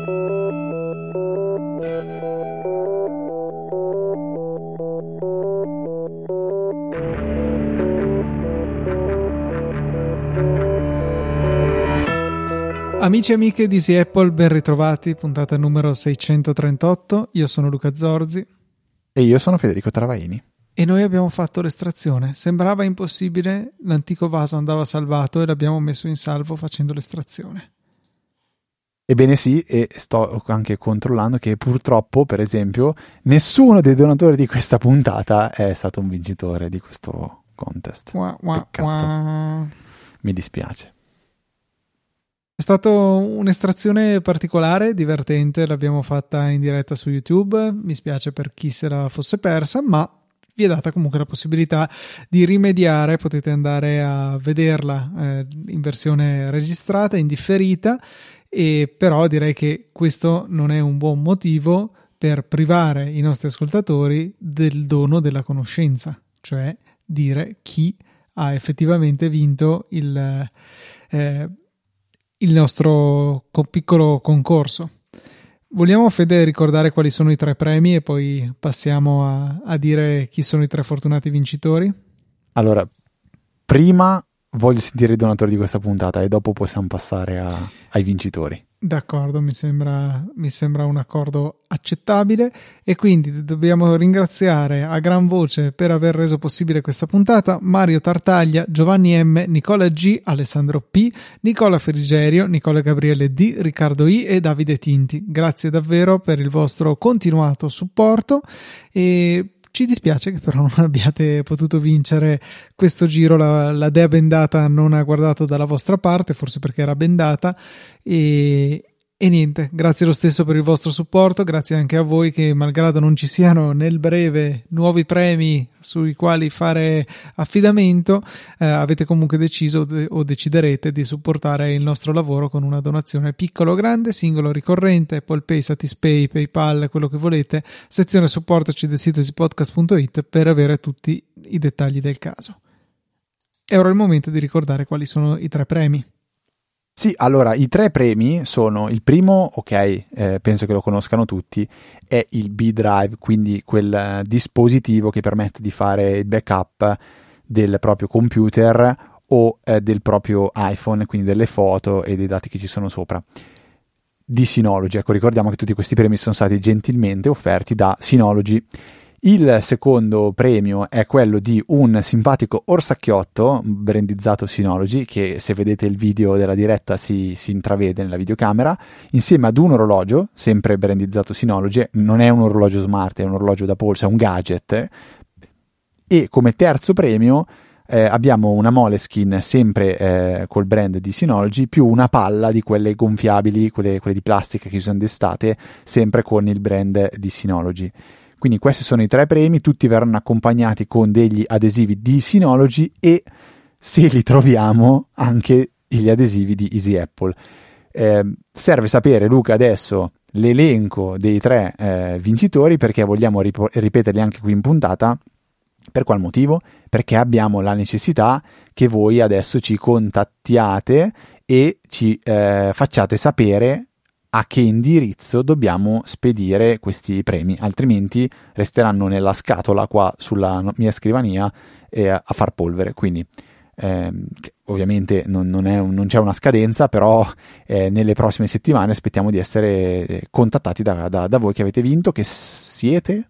Amici e amiche di Easy Apple, ben ritrovati, puntata numero 638. Io sono Luca Zorzi. E io sono Federico Travaini. E noi abbiamo fatto l'estrazione. Sembrava impossibile, l'antico vaso andava salvato e l'abbiamo messo in salvo facendo l'estrazione. Ebbene sì, e sto anche controllando che purtroppo, per esempio, nessuno dei donatori di questa puntata è stato un vincitore di questo contest. Peccato. Mi dispiace. È stata un'estrazione particolare, divertente, l'abbiamo fatta in diretta su YouTube, mi spiace per chi se la fosse persa, ma vi è data comunque la possibilità di rimediare, potete andare a vederla in versione registrata, in differita, e però direi che questo non è un buon motivo per privare i nostri ascoltatori del dono della conoscenza, cioè dire chi ha effettivamente vinto il nostro piccolo concorso. Vogliamo, Fede, ricordare quali sono i 3 premi e poi passiamo a dire chi sono i 3 fortunati vincitori? Allora, prima voglio sentire i donatori di questa puntata e dopo possiamo passare ai vincitori. D'accordo, mi sembra un accordo accettabile, e quindi dobbiamo ringraziare a gran voce per aver reso possibile questa puntata Mario Tartaglia, Giovanni M, Nicola G, Alessandro P, Nicola Frigerio, Nicola Gabriele D, Riccardo I e Davide Tinti. Grazie davvero per il vostro continuato supporto, e ci dispiace che però non abbiate potuto vincere questo giro. La dea bendata non ha guardato dalla vostra parte, forse perché era bendata, e niente, grazie lo stesso per il vostro supporto, grazie anche a voi che, malgrado non ci siano nel breve nuovi premi sui quali fare affidamento, avete comunque deciso o deciderete di supportare il nostro lavoro con una donazione piccola o grande, singolo o ricorrente, Apple Pay, Satispay, PayPal, quello che volete, sezione supportaci del sito easypodcast.it per avere tutti i dettagli del caso. E ora è il momento di ricordare quali sono i 3 premi. Sì, allora, i 3 premi sono: il primo, penso che lo conoscano tutti, è il B-Drive, quindi quel dispositivo che permette di fare il backup del proprio computer o del proprio iPhone, quindi delle foto e dei dati che ci sono sopra, di Synology. Ecco, ricordiamo che tutti questi premi sono stati gentilmente offerti da Synology. Il secondo premio è quello di un simpatico orsacchiotto brandizzato Synology, che se vedete il video della diretta si intravede nella videocamera, insieme ad un orologio sempre brandizzato Synology. Non è un orologio smart, è un orologio da polso, è un gadget. E come terzo premio abbiamo una Moleskine sempre col brand di Synology, più una palla di quelle gonfiabili, quelle di plastica che usano d'estate, sempre con il brand di Synology. Quindi questi sono i 3 premi, tutti verranno accompagnati con degli adesivi di Synology e, se li troviamo, anche gli adesivi di Easy Apple. Serve sapere, Luca, adesso l'elenco dei 3 vincitori, perché vogliamo ripeterli anche qui in puntata. Per qual motivo? Perché abbiamo la necessità che voi adesso ci contattiate e ci facciate sapere a che indirizzo dobbiamo spedire questi premi, altrimenti resteranno nella scatola qua sulla mia scrivania a far polvere. Quindi ovviamente non c'è una scadenza, però nelle prossime settimane aspettiamo di essere contattati da voi che avete vinto, che siete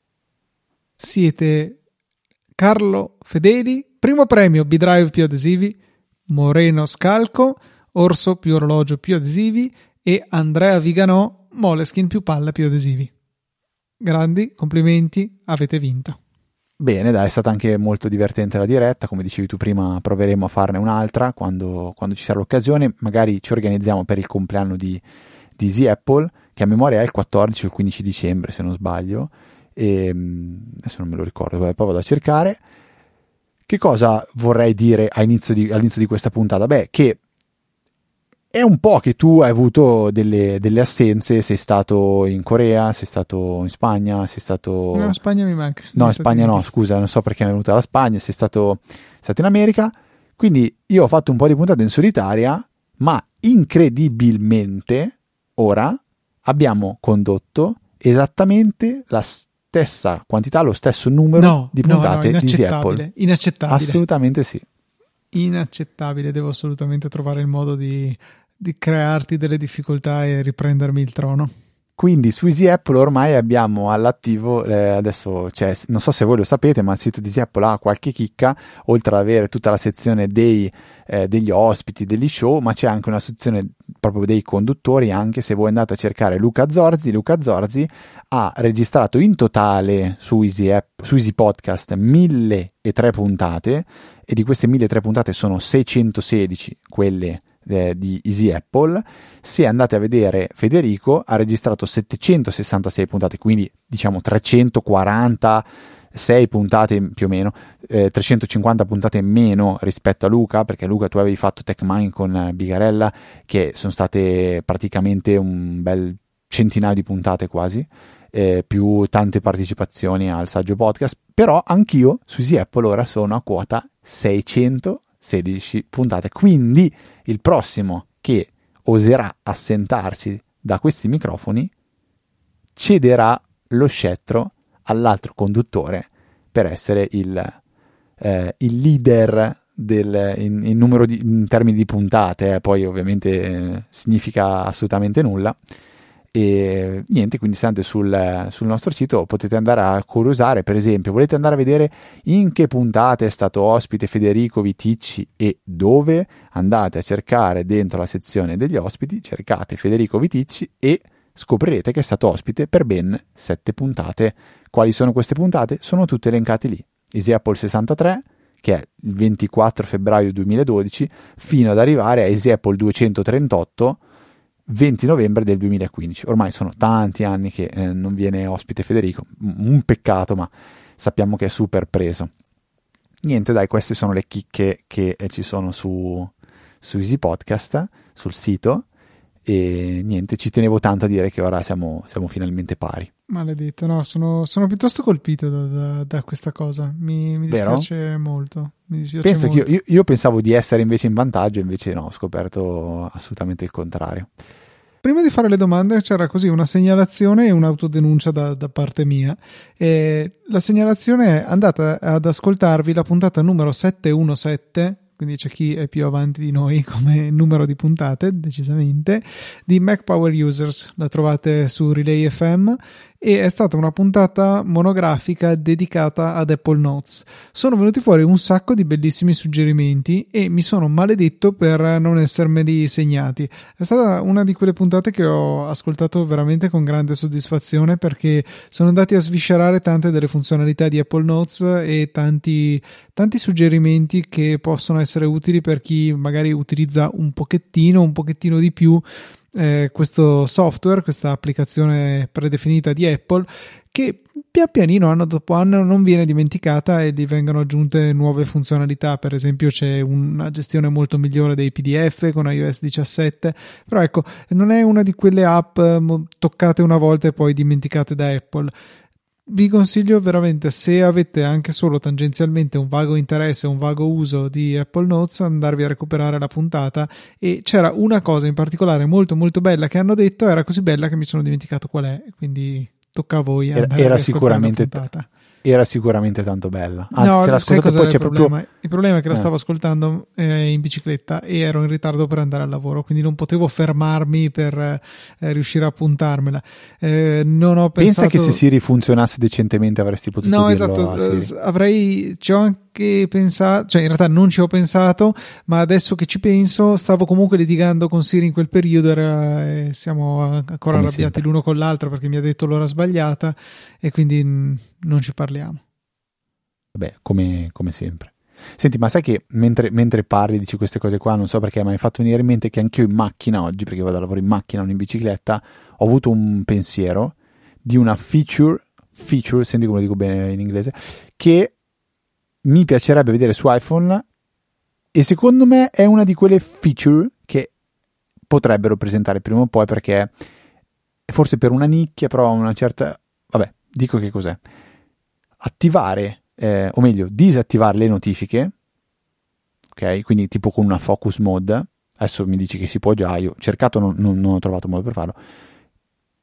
Carlo Fedeli, primo premio B-Drive più adesivi, Moreno Scalco, Orso più orologio più adesivi, e Andrea Viganò, Moleskine più palla più adesivi. Grandi complimenti, avete vinto. Bene, dai, è stata anche molto divertente la diretta, come dicevi tu prima. Proveremo a farne un'altra quando ci sarà l'occasione. Magari ci organizziamo per il compleanno di Easy Apple, che a memoria è il 14 o il 15 dicembre se non sbaglio, e adesso non me lo ricordo, poi vado a cercare. Che cosa vorrei dire all'inizio di questa puntata? Beh, che è un po' che tu hai avuto delle assenze, sei stato in Corea, sei stato in Spagna, sei stato... No, Spagna mi manca. No, in Spagna no, scusa, non so perché mi è venuta la Spagna, sei stato in America, quindi io ho fatto un po' di puntate in solitaria, ma incredibilmente ora abbiamo condotto esattamente la stessa quantità, lo stesso numero di puntate di Easy Apple. Inaccettabile. Assolutamente sì. Inaccettabile, devo assolutamente trovare il modo di crearti delle difficoltà e riprendermi il trono. Quindi su Easy Apple ormai abbiamo all'attivo, adesso non so se voi lo sapete, ma il sito di Easy Apple ha qualche chicca, oltre ad avere tutta la sezione degli ospiti, degli show, ma c'è anche una sezione proprio dei conduttori. Anche se voi andate a cercare Luca Zorzi ha registrato in totale su Easy Podcast 1003 puntate, e di queste 1003 puntate sono 616 quelle di Easy Apple. Se andate a vedere, Federico ha registrato 766 puntate, quindi diciamo 346 puntate più o meno, 350 puntate in meno rispetto a Luca, perché Luca, tu avevi fatto TechMine con Bigarella, che sono state praticamente un bel centinaio di puntate quasi, più tante partecipazioni al Saggio Podcast. Però anch'io su Easy Apple ora sono a quota 616 puntate, quindi il prossimo che oserà assentarsi da questi microfoni cederà lo scettro all'altro conduttore per essere il leader in numero in termini di puntate, poi ovviamente significa assolutamente nulla. E niente, quindi se andate sul nostro sito potete andare a curiosare. Per esempio, volete andare a vedere in che puntate è stato ospite Federico Viticci e dove? Andate a cercare dentro la sezione degli ospiti, cercate Federico Viticci e scoprirete che è stato ospite per ben 7 puntate. Quali sono queste puntate? Sono tutte elencate lì. Easy Apple 63, che è il 24 febbraio 2012, fino ad arrivare a Easy Apple 238, 20 novembre del 2015. Ormai sono tanti anni che non viene ospite Federico, un peccato, ma sappiamo che è super preso. Niente, dai, queste sono le chicche che ci sono su Easy Podcast, sul sito, e niente, ci tenevo tanto a dire che ora siamo finalmente pari. Maledetto, no, sono piuttosto colpito da questa cosa, mi dispiace molto. Penso molto. Che io pensavo di essere invece in vantaggio, invece no, ho scoperto assolutamente il contrario. Prima di fare le domande c'era così una segnalazione e un'autodenuncia da parte mia. La segnalazione è: andate ad ascoltarvi la puntata numero 717, quindi c'è chi è più avanti di noi come numero di puntate, decisamente, di Mac Power Users. La trovate su Relay FM e è stata una puntata monografica dedicata ad Apple Notes. Sono venuti fuori un sacco di bellissimi suggerimenti e mi sono maledetto per non essermeli segnati. È stata una di quelle puntate che ho ascoltato veramente con grande soddisfazione, perché sono andati a sviscerare tante delle funzionalità di Apple Notes e tanti suggerimenti che possono essere utili per chi magari utilizza un pochettino di più questo software, questa applicazione predefinita di Apple, che pian pianino, anno dopo anno, non viene dimenticata e gli vengono aggiunte nuove funzionalità. Per esempio c'è una gestione molto migliore dei PDF con iOS 17, però ecco, non è una di quelle app toccate una volta e poi dimenticate da Apple. Vi consiglio veramente, se avete anche solo tangenzialmente un vago interesse, un vago uso di Apple Notes, andarvi a recuperare la puntata. E c'era una cosa in particolare molto molto bella che hanno detto, era così bella che mi sono dimenticato qual è, quindi tocca a voi andare a ascoltare la puntata. Era sicuramente tanto bella. Anzi, no, se l'ascoltate poi c'è proprio... Il problema è che la stavo ascoltando in bicicletta e ero in ritardo per andare al lavoro, quindi non potevo fermarmi per riuscire a puntarmela. Non ho pensato... Pensa che se Siri funzionasse decentemente avresti potuto dirlo. Esatto, ci ho anche pensato, cioè in realtà non ci ho pensato, ma adesso che ci penso stavo comunque litigando con Siri in quel periodo, siamo ancora come arrabbiati sempre l'uno con l'altro perché mi ha detto l'ora sbagliata e quindi non ci parliamo. Vabbè, come sempre. Senti, ma sai che mentre parli, dici queste cose qua, non so perché, ma mi hai fatto venire in mente che anch'io in macchina oggi, perché vado a lavoro in macchina, non in bicicletta, ho avuto un pensiero di una feature, senti come lo dico bene in inglese, che mi piacerebbe vedere su iPhone, e secondo me è una di quelle feature che potrebbero presentare prima o poi, perché forse per una nicchia, però una certa... Vabbè, dico che cos'è. Attivare, o meglio, disattivare le notifiche, ok? Quindi tipo con una focus mode. Adesso mi dici che si può già, io ho cercato, non ho trovato modo per farlo.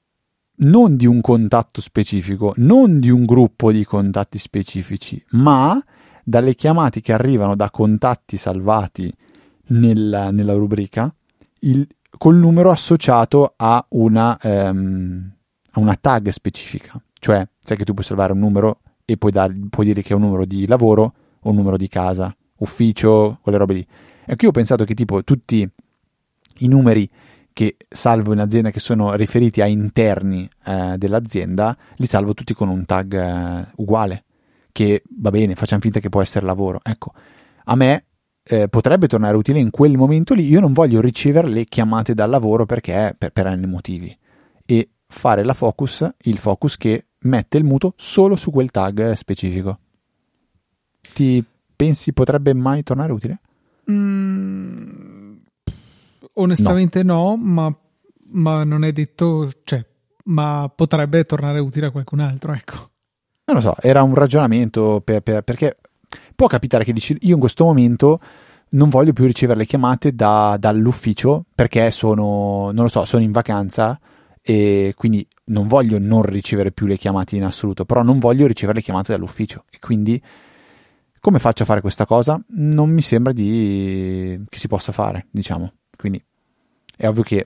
non di un contatto specifico, non di un gruppo di contatti specifici, ma dalle chiamate che arrivano da contatti salvati nella rubrica col numero associato a una tag specifica. Cioè, sai che tu puoi salvare un numero e puoi dire che è un numero di lavoro o un numero di casa, ufficio, quelle robe lì. Ecco, io ho pensato che tipo tutti i numeri che salvo in azienda che sono riferiti a interni dell'azienda, li salvo tutti con un tag uguale, che va bene, facciamo finta che può essere lavoro. Ecco, a me potrebbe tornare utile in quel momento lì. Io non voglio ricevere le chiamate dal lavoro perché per N motivi, e fare il focus che mette il muto solo su quel tag specifico. Ti pensi potrebbe mai tornare utile? Onestamente no, ma non è detto, cioè, ma potrebbe tornare utile a qualcun altro, ecco. Non lo so, era un ragionamento perché può capitare che dici io in questo momento non voglio più ricevere le chiamate dall'ufficio perché sono in vacanza e quindi non voglio non ricevere più le chiamate in assoluto, però non voglio ricevere le chiamate dall'ufficio, e quindi come faccio a fare questa cosa? Non mi sembra che si possa fare, diciamo. Quindi è ovvio che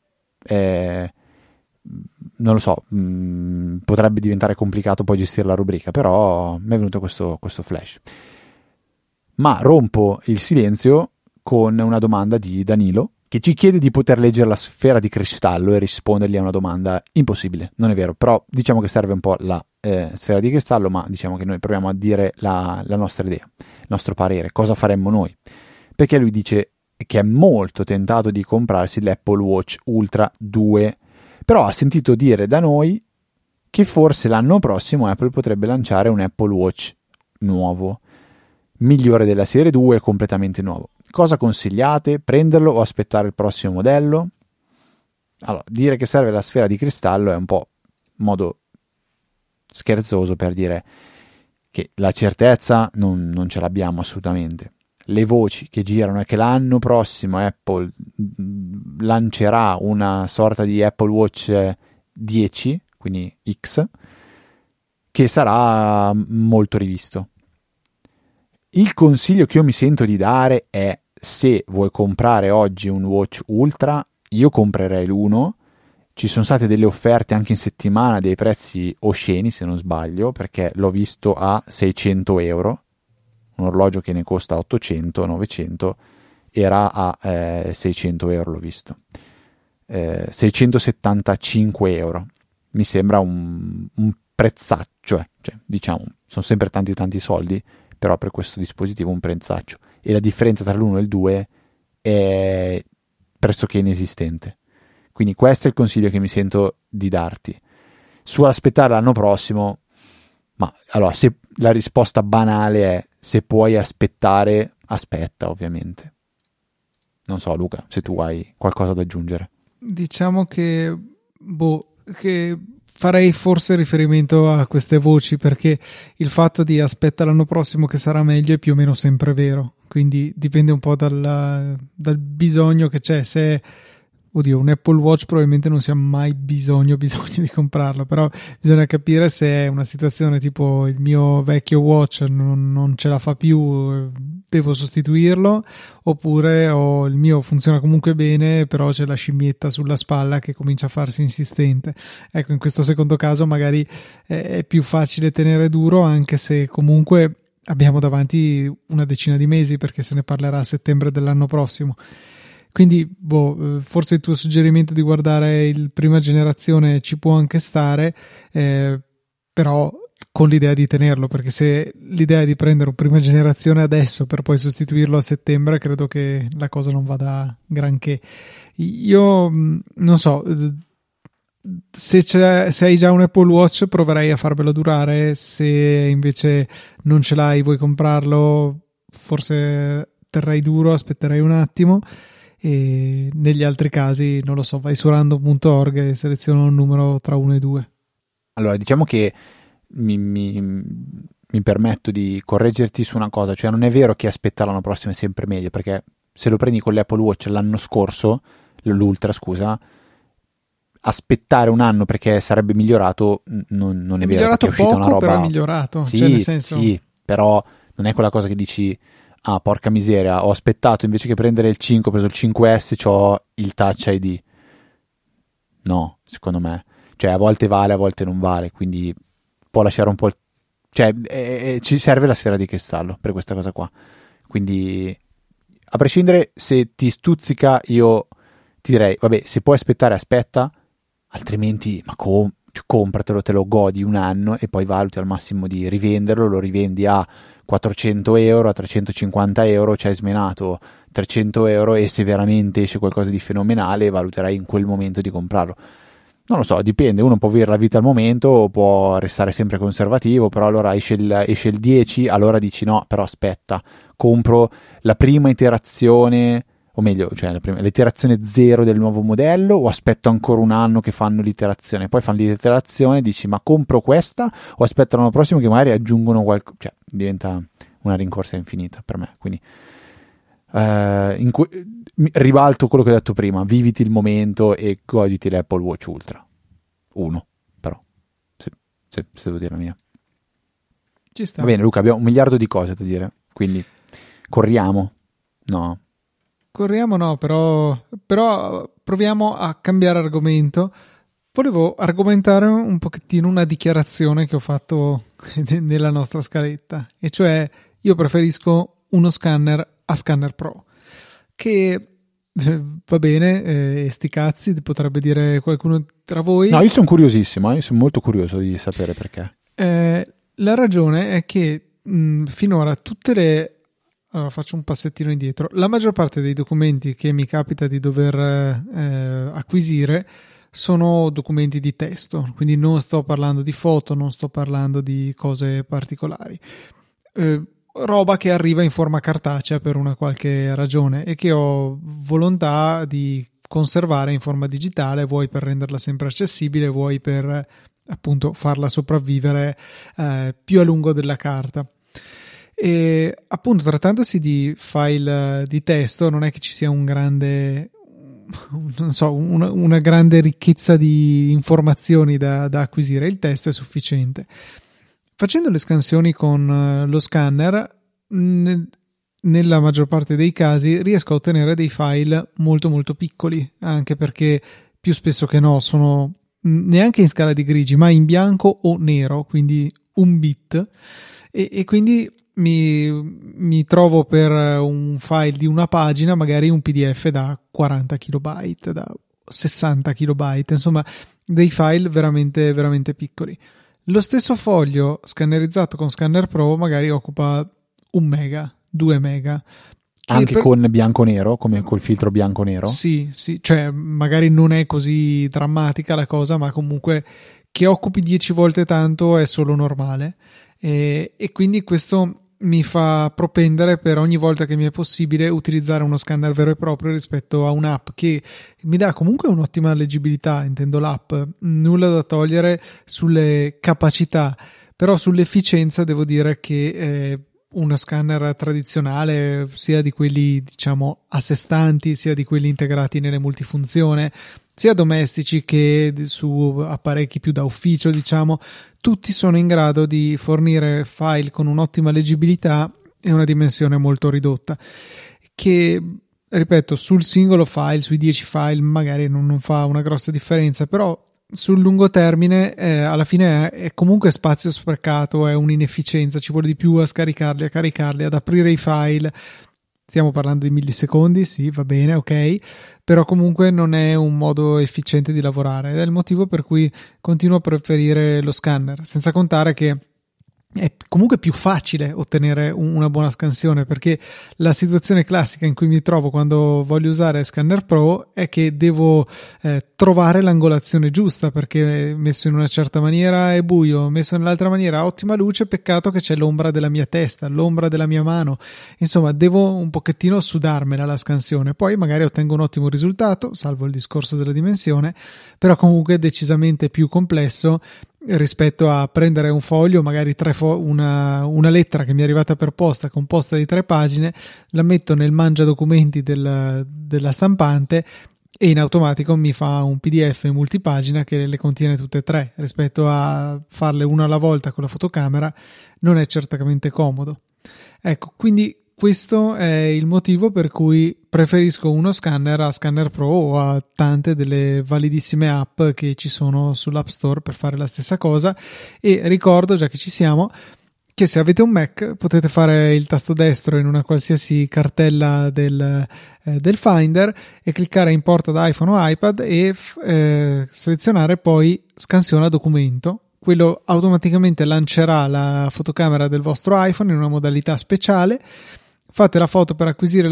non lo so, potrebbe diventare complicato poi gestire la rubrica, però mi è venuto questo flash. Ma rompo il silenzio con una domanda di Danilo, che ci chiede di poter leggere la sfera di cristallo e rispondergli a una domanda impossibile. Non è vero, però diciamo che serve un po' la sfera di cristallo, ma diciamo che noi proviamo a dire la nostra idea, il nostro parere, cosa faremmo noi. Perché lui dice che è molto tentato di comprarsi l'Apple Watch Ultra 2, però ha sentito dire da noi che forse l'anno prossimo Apple potrebbe lanciare un Apple Watch nuovo, migliore della serie 2, completamente nuovo. Cosa consigliate? Prenderlo o aspettare il prossimo modello? Allora, dire che serve la sfera di cristallo è un po' modo scherzoso per dire che la certezza non ce l'abbiamo assolutamente. Le voci che girano è che l'anno prossimo Apple lancerà una sorta di Apple Watch 10, quindi X, che sarà molto rivisto. Il consiglio che io mi sento di dare è: se vuoi comprare oggi un Watch Ultra, io comprerei l'1. Ci sono state delle offerte anche in settimana, dei prezzi osceni se non sbaglio, perché l'ho visto a 600 euro, un orologio che ne costa 800, 900, era a 600 euro l'ho visto, 675 euro, mi sembra un prezzaccio, cioè, diciamo, sono sempre tanti soldi, però per questo dispositivo un prezzaccio, e la differenza tra l'1 e il 2 è pressoché inesistente. Quindi questo è il consiglio che mi sento di darti. Su aspettare l'anno prossimo, ma allora, se la risposta banale è se puoi aspettare, aspetta, ovviamente. Non so, Luca, se tu hai qualcosa da aggiungere. Diciamo che farei forse riferimento a queste voci, perché il fatto di aspetta l'anno prossimo che sarà meglio è più o meno sempre vero, quindi dipende un po' dal bisogno che c'è. Se un Apple Watch probabilmente non si ha mai bisogno di comprarlo, però bisogna capire se è una situazione tipo il mio vecchio watch non ce la fa più, devo sostituirlo, oppure il mio funziona comunque bene, però c'è la scimmietta sulla spalla che comincia a farsi insistente. Ecco, in questo secondo caso magari è più facile tenere duro, anche se comunque abbiamo davanti una decina di mesi, perché se ne parlerà a settembre dell'anno prossimo. Quindi, forse il tuo suggerimento di guardare il prima generazione ci può anche stare, però con l'idea di tenerlo, perché se l'idea è di prendere un prima generazione adesso per poi sostituirlo a settembre, credo che la cosa non vada granché. Io non so, se hai già un Apple Watch proverei a farvelo durare, se invece non ce l'hai, vuoi comprarlo, forse terrei duro, aspetterei un attimo. E negli altri casi, non lo so, vai su random.org e seleziona un numero tra 1 e 2. Allora, diciamo che mi permetto di correggerti su una cosa, cioè non è vero che aspettare l'anno prossimo è sempre meglio, perché se lo prendi con l'Apple Watch l'anno scorso, l'Ultra scusa, aspettare un anno perché sarebbe migliorato non è vero, migliorato perché è uscita poco, una roba... però è migliorato, Sì, cioè nel senso... sì, però non è quella cosa che dici ah porca miseria, ho aspettato, invece che prendere il 5 ho preso il 5S, c'ho il Touch ID. No, secondo me, cioè a volte vale, a volte non vale, quindi può lasciare un po' il... cioè ci serve la sfera di cristallo per questa cosa qua, quindi a prescindere se ti stuzzica io ti direi vabbè, se puoi aspettare aspetta, altrimenti ma compratelo, te lo godi un anno e poi valuti al massimo di rivenderlo, lo rivendi a 400 euro, a 350 euro, ci hai smenato 300 euro e se veramente esce qualcosa di fenomenale valuterai in quel momento di comprarlo. Non lo so, dipende, uno può vivere la vita al momento o può restare sempre conservativo, però allora esce il 10, allora dici no, però aspetta, compro la prima iterazione, o meglio, cioè l'iterazione 0 del nuovo modello o aspetto ancora un anno che fanno l'iterazione, poi fanno l'iterazione, dici ma compro questa o aspetto l'anno prossimo che magari aggiungono qualcosa, cioè diventa una rincorsa infinita per me, quindi ribalto quello che ho detto prima, viviti il momento e goditi l'Apple Watch Ultra 1, però se devo dire la mia. Ci sta. Va bene Luca, abbiamo 1 miliardo di cose da dire, quindi corriamo? No, però proviamo a cambiare argomento. Volevo argomentare un pochettino una dichiarazione che ho fatto nella nostra scaletta, e cioè io preferisco uno scanner a Scanner Pro, che va bene, sti cazzi, potrebbe dire qualcuno tra voi. No, io sono curiosissimo, io sono molto curioso di sapere perché. La ragione è che finora tutte le... Allora faccio un passettino indietro. La maggior parte dei documenti che mi capita di dover acquisire sono documenti di testo, quindi non sto parlando di foto, non sto parlando di cose particolari. Roba che arriva in forma cartacea per una qualche ragione e che ho volontà di conservare in forma digitale, vuoi per renderla sempre accessibile, vuoi per appunto farla sopravvivere più a lungo della carta. E appunto, trattandosi di file di testo, non è che ci sia un grande, non so, una grande ricchezza di informazioni da acquisire. Il testo è sufficiente. Facendo le scansioni con lo scanner, nella maggior parte dei casi riesco a ottenere dei file molto molto piccoli, anche perché più spesso che no sono neanche in scala di grigi, ma in bianco o nero, quindi un bit, e quindi mi trovo per un file di una pagina magari un PDF da 40 kilobyte, da 60 kilobyte, insomma dei file veramente veramente piccoli. Lo stesso foglio scannerizzato con Scanner Pro magari occupa 1 mega, 2 mega. Anche con bianco-nero, come col filtro bianco-nero? Sì, cioè magari non è così drammatica la cosa, ma comunque che occupi 10 volte tanto è solo normale. E quindi questo mi fa propendere per ogni volta che mi è possibile utilizzare uno scanner vero e proprio rispetto a un'app che mi dà comunque un'ottima leggibilità, intendo l'app, nulla da togliere sulle capacità, però sull'efficienza devo dire che uno scanner tradizionale, sia di quelli diciamo a sé stanti, sia di quelli integrati nelle multifunzione, sia domestici che su apparecchi più da ufficio, diciamo, tutti sono in grado di fornire file con un'ottima leggibilità e una dimensione molto ridotta, che, ripeto, sul singolo file, sui 10 file magari non fa una grossa differenza, però sul lungo termine alla fine è comunque spazio sprecato, è un'inefficienza, ci vuole di più a scaricarli, a caricarli, ad aprire i file. Stiamo parlando di millisecondi, sì, va bene, ok, però comunque non è un modo efficiente di lavorare ed è il motivo per cui continuo a preferire lo scanner, senza contare che è comunque più facile ottenere una buona scansione, perché la situazione classica in cui mi trovo quando voglio usare Scanner Pro è che devo trovare l'angolazione giusta, perché messo in una certa maniera è buio, messo nell'altra maniera ha ottima luce, peccato che c'è l'ombra della mia testa, l'ombra della mia mano, insomma devo un pochettino sudarmela la scansione, poi magari ottengo un ottimo risultato, salvo il discorso della dimensione, però comunque decisamente più complesso rispetto a prendere un foglio, magari una lettera che mi è arrivata per posta composta di 3 pagine, la metto nel mangia documenti della stampante e in automatico mi fa un PDF multipagina che le contiene tutte e tre. Rispetto a farle una alla volta con la fotocamera non è certamente comodo. Ecco, quindi questo è il motivo per cui preferisco uno scanner a Scanner Pro o a tante delle validissime app che ci sono sull'App Store per fare la stessa cosa. E ricordo, già che ci siamo, che se avete un Mac potete fare il tasto destro in una qualsiasi cartella del Finder e cliccare Importa da iPhone o iPad e selezionare poi Scansiona documento. Quello automaticamente lancerà la fotocamera del vostro iPhone in una modalità speciale. Fate la foto per acquisire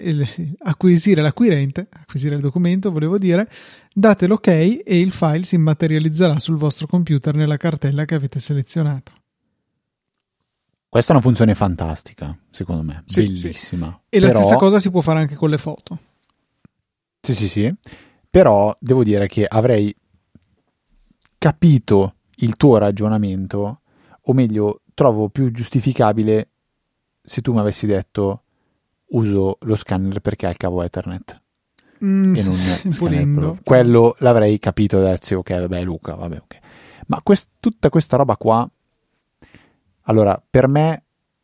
il documento, volevo dire, date l'ok e il file si materializzerà sul vostro computer nella cartella che avete selezionato. Questa è una funzione fantastica, secondo me, sì, bellissima. Sì. E la stessa cosa si può fare anche con le foto. Sì. Però devo dire che avrei capito il tuo ragionamento, o meglio, trovo più giustificabile se tu mi avessi detto uso lo scanner perché ha il cavo Ethernet e non scanner Pro. Quello l'avrei capito adesso, ok, vabbè Luca, vabbè ok. Ma tutta questa roba qua, allora, per me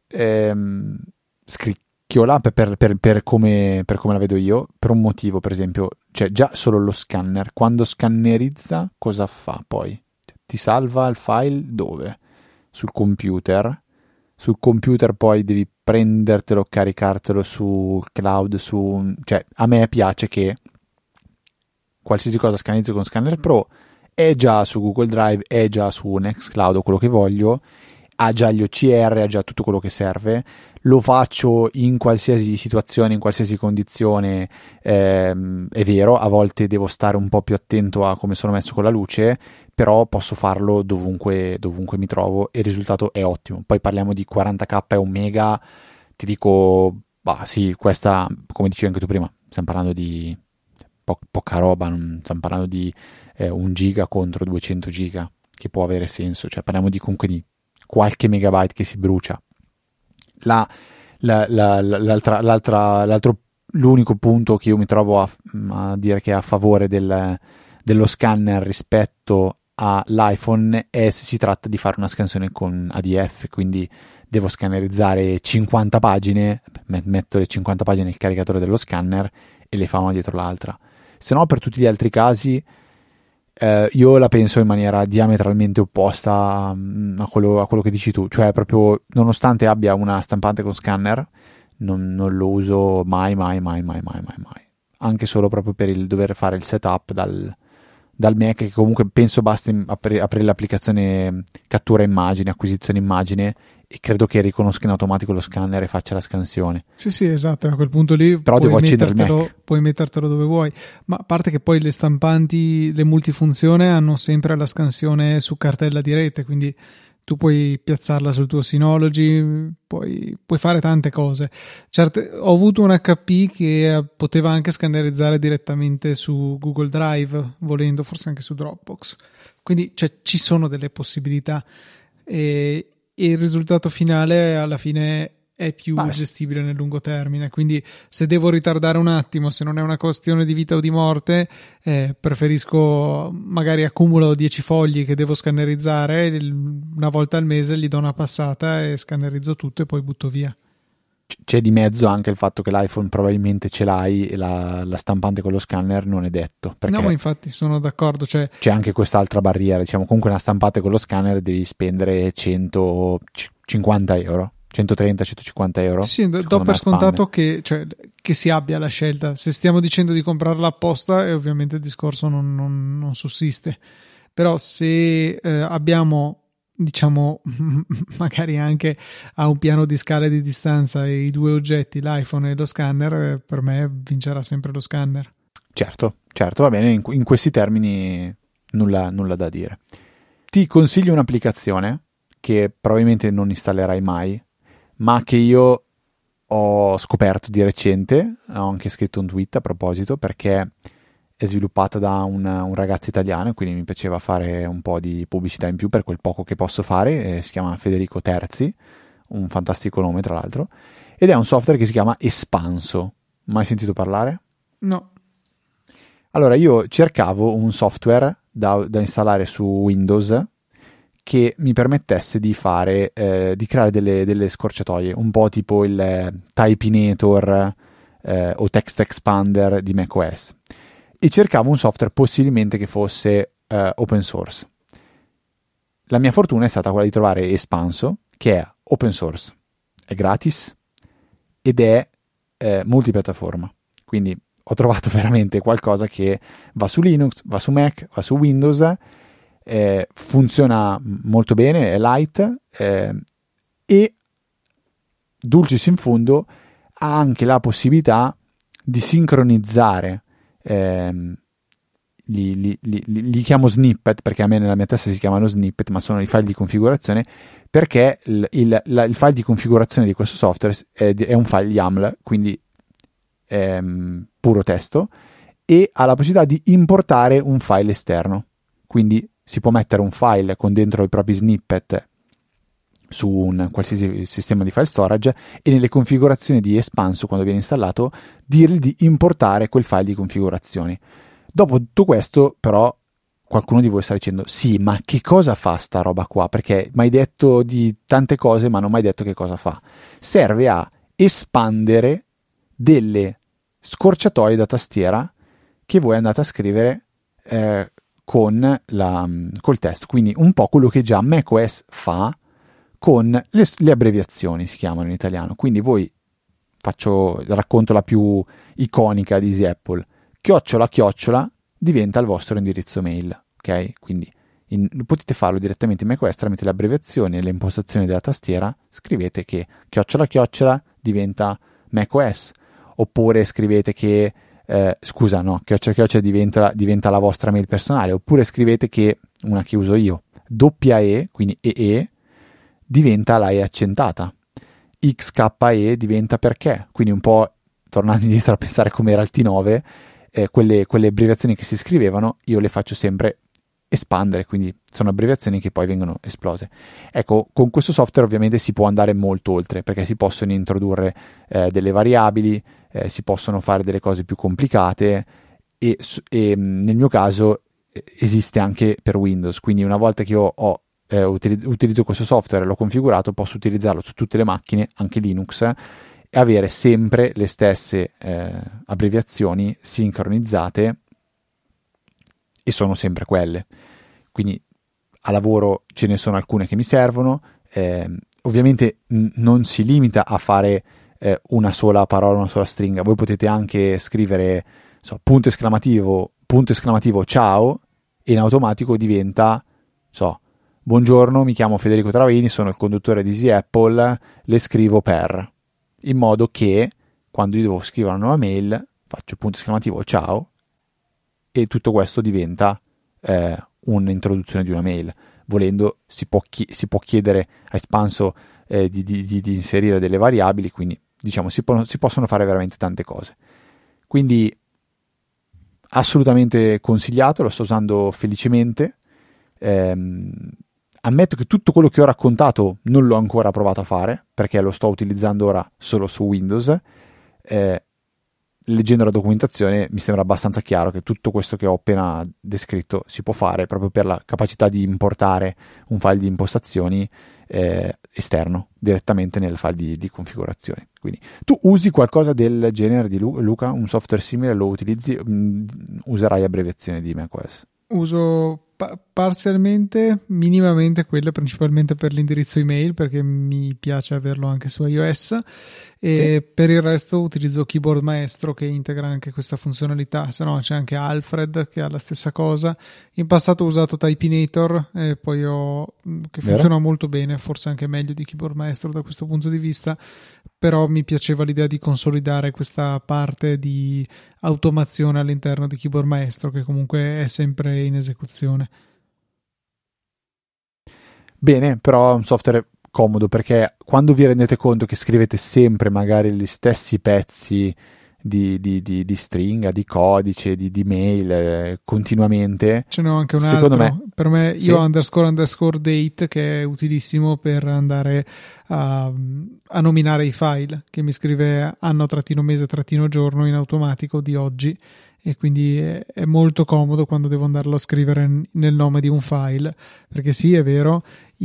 scricchiola per come la vedo io, per un motivo, per esempio, cioè già solo lo scanner, quando scannerizza cosa fa poi? Ti salva il file dove? Sul computer poi devi prendertelo, caricartelo su cloud, cioè a me piace che qualsiasi cosa scannizzo con Scanner Pro è già su Google Drive, è già su Nextcloud o quello che voglio, ha già gli OCR, ha già tutto quello che serve, lo faccio in qualsiasi situazione, in qualsiasi condizione. È vero, a volte devo stare un po' più attento a come sono messo con la luce, però posso farlo dovunque mi trovo e il risultato è ottimo. Poi parliamo di 40k e 1 mega, ti dico, bah sì, questa, come dicevi anche tu prima, stiamo parlando di poca roba, non stiamo parlando di 1 giga contro 200 giga, che può avere senso, cioè parliamo comunque di qualche megabyte che si brucia. L'unico punto che io mi trovo a dire che è a favore dello scanner rispetto all'iPhone è se si tratta di fare una scansione con ADF, quindi devo scannerizzare 50 pagine, metto le 50 pagine nel caricatore dello scanner e le fa una dietro l'altra. Se no, per tutti gli altri casi io la penso in maniera diametralmente opposta a quello che dici tu, cioè proprio nonostante abbia una stampante con scanner non lo uso mai, anche solo proprio per il dover fare il setup dal Mac, che comunque penso basti aprire l'applicazione cattura immagine, acquisizione immagine, e credo che riconosca in automatico lo scanner e faccia la scansione. Sì, esatto, a quel punto lì però devo accendere il Mac. Puoi mettertelo dove vuoi, ma a parte che poi le stampanti, le multifunzione hanno sempre la scansione su cartella di rete, quindi tu puoi piazzarla sul tuo Synology, puoi fare tante cose. Ho avuto un HP che poteva anche scannerizzare direttamente su Google Drive, volendo, forse anche su Dropbox, quindi ci sono delle possibilità e il risultato finale alla fine è più gestibile nel lungo termine. Quindi se devo ritardare un attimo, se non è una questione di vita o di morte, preferisco, magari accumulo 10 fogli che devo scannerizzare, una volta al mese gli do una passata e scannerizzo tutto e poi butto via. C'è di mezzo anche il fatto che l'iPhone probabilmente ce l'hai e la stampante con lo scanner non è detto, perché no, ma infatti sono d'accordo, c'è anche quest'altra barriera, diciamo. Comunque una stampante con lo scanner devi spendere 150 euro, 130-150 euro. Sì, do per scontato che si abbia la scelta. Se stiamo dicendo di comprarla apposta, ovviamente il discorso non sussiste, però se abbiamo, diciamo, magari anche a un piano di scala di distanza i due oggetti, l'iPhone e lo scanner, per me vincerà sempre lo scanner. Certo, va bene, in questi termini nulla da dire. Ti consiglio un'applicazione che probabilmente non installerai mai, ma che io ho scoperto di recente, ho anche scritto un tweet a proposito, perché è sviluppata da un ragazzo italiano, quindi mi piaceva fare un po' di pubblicità in più per quel poco che posso fare. Si chiama Federico Terzi, un fantastico nome tra l'altro, ed è un software che si chiama Espanso. Mai sentito parlare? No. Allora, io cercavo un software da installare su Windows che mi permettesse di fare, di creare delle scorciatoie, un po' tipo il Typinator o Text Expander di macOS. E cercavo un software possibilmente che fosse open source. La mia fortuna è stata quella di trovare Espanso, che è open source, è gratis ed è multipiattaforma. Quindi ho trovato veramente qualcosa che va su Linux, va su Mac, va su Windows, funziona molto bene, è light e dulcis in fundo ha anche la possibilità di sincronizzare, li chiamo snippet perché a me nella mia testa si chiamano snippet, ma sono i file di configurazione, perché il file di configurazione di questo software è un file YAML, quindi puro testo, e ha la possibilità di importare un file esterno. Quindi si può mettere un file con dentro i propri snippet su un qualsiasi sistema di file storage e nelle configurazioni di Espanso, quando viene installato, dirgli di importare quel file di configurazione. Dopo tutto questo, però, qualcuno di voi sta dicendo: sì, ma che cosa fa sta roba qua? Perché mi hai detto di tante cose, ma non mi hai detto che cosa fa. Serve a espandere delle scorciatoie da tastiera che voi andate a scrivere col testo. Quindi un po' quello che già macOS fa con le abbreviazioni, si chiamano in italiano. Quindi voi, racconto la più iconica di Easy Apple: @ diventa il vostro indirizzo mail, ok? Quindi potete farlo direttamente in macOS tramite le abbreviazioni e le impostazioni della tastiera. Scrivete che @ diventa macOS, oppure scrivete che @ diventa la vostra mail personale, oppure scrivete che, una che uso io, E, quindi EE, diventa la E accentata, XKE diventa perché, quindi un po' tornando indietro a pensare come era il T9, quelle abbreviazioni che si scrivevano io le faccio sempre espandere, quindi sono abbreviazioni che poi vengono esplose. Ecco, con questo software ovviamente si può andare molto oltre, perché si possono introdurre delle variabili, si possono fare delle cose più complicate e nel mio caso esiste anche per Windows, quindi una volta che io utilizzo questo software e l'ho configurato, posso utilizzarlo su tutte le macchine, anche Linux, e avere sempre le stesse abbreviazioni sincronizzate, e sono sempre quelle. Quindi a lavoro ce ne sono alcune che mi servono. Ovviamente non si limita a fare una sola parola, una sola stringa. Voi potete anche scrivere punto esclamativo ciao, e in automatico diventa buongiorno, mi chiamo Federico Travaini, sono il conduttore di Easy Apple, le scrivo per, in modo che quando io devo scrivere una nuova mail faccio punto esclamativo ciao e tutto questo diventa un'introduzione di una mail. Volendo si può chiedere a Espanso di inserire delle variabili, quindi diciamo si possono fare veramente tante cose. Quindi assolutamente consigliato, lo sto usando felicemente. Ammetto che tutto quello che ho raccontato non l'ho ancora provato a fare, perché lo sto utilizzando ora solo su Windows. Leggendo la documentazione mi sembra abbastanza chiaro che tutto questo che ho appena descritto si può fare proprio per la capacità di importare un file di impostazioni esterno direttamente nel file di configurazione. Quindi tu usi qualcosa del genere di Luca, un software simile, lo utilizzi? Userai abbreviazioni di macOS? Uso parzialmente, minimamente quelle, principalmente per l'indirizzo email, perché mi piace averlo anche su iOS, e sì. Per il resto utilizzo Keyboard Maestro, che integra anche questa funzionalità. Se no c'è anche Alfred che ha la stessa cosa. In passato ho usato Typinator e poi che funziona molto bene, forse anche meglio di Keyboard Maestro da questo punto di vista, però mi piaceva l'idea di consolidare questa parte di automazione all'interno di Keyboard Maestro, che comunque è sempre in esecuzione. Bene, però è un software comodo, perché quando vi rendete conto che scrivete sempre magari gli stessi pezzi di stringa, di codice, di mail continuamente, ce n'è anche un altro. Per me io ho _ date, che è utilissimo per andare a nominare i file, che mi scrive anno-mese-giorno in automatico di oggi, e quindi è molto comodo quando devo andarlo a scrivere nel nome di un file, perché sì, è vero,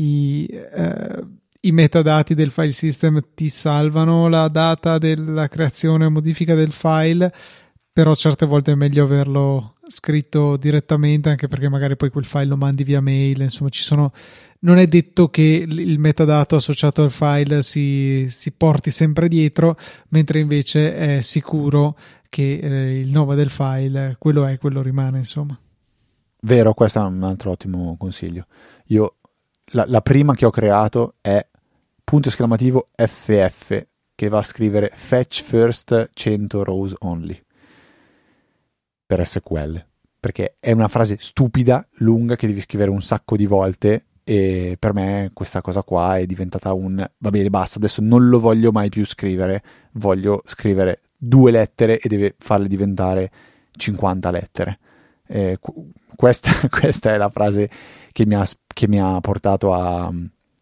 i metadati del file system ti salvano la data della creazione o modifica del file, però certe volte è meglio averlo scritto direttamente, anche perché magari poi quel file lo mandi via mail, insomma non è detto che il metadato associato al file si porti sempre dietro, mentre invece è sicuro che il nome del file quello rimane, insomma. Vero, questo è un altro ottimo consiglio. Io la prima che ho creato è !FF, che va a scrivere fetch first 100 rows only per SQL, perché è una frase stupida, lunga, che devi scrivere un sacco di volte, e per me questa cosa qua è diventata va bene, basta, adesso non lo voglio mai più scrivere, voglio scrivere 2 lettere e deve farle diventare 50 lettere. Questa è la frase che mi ha portato a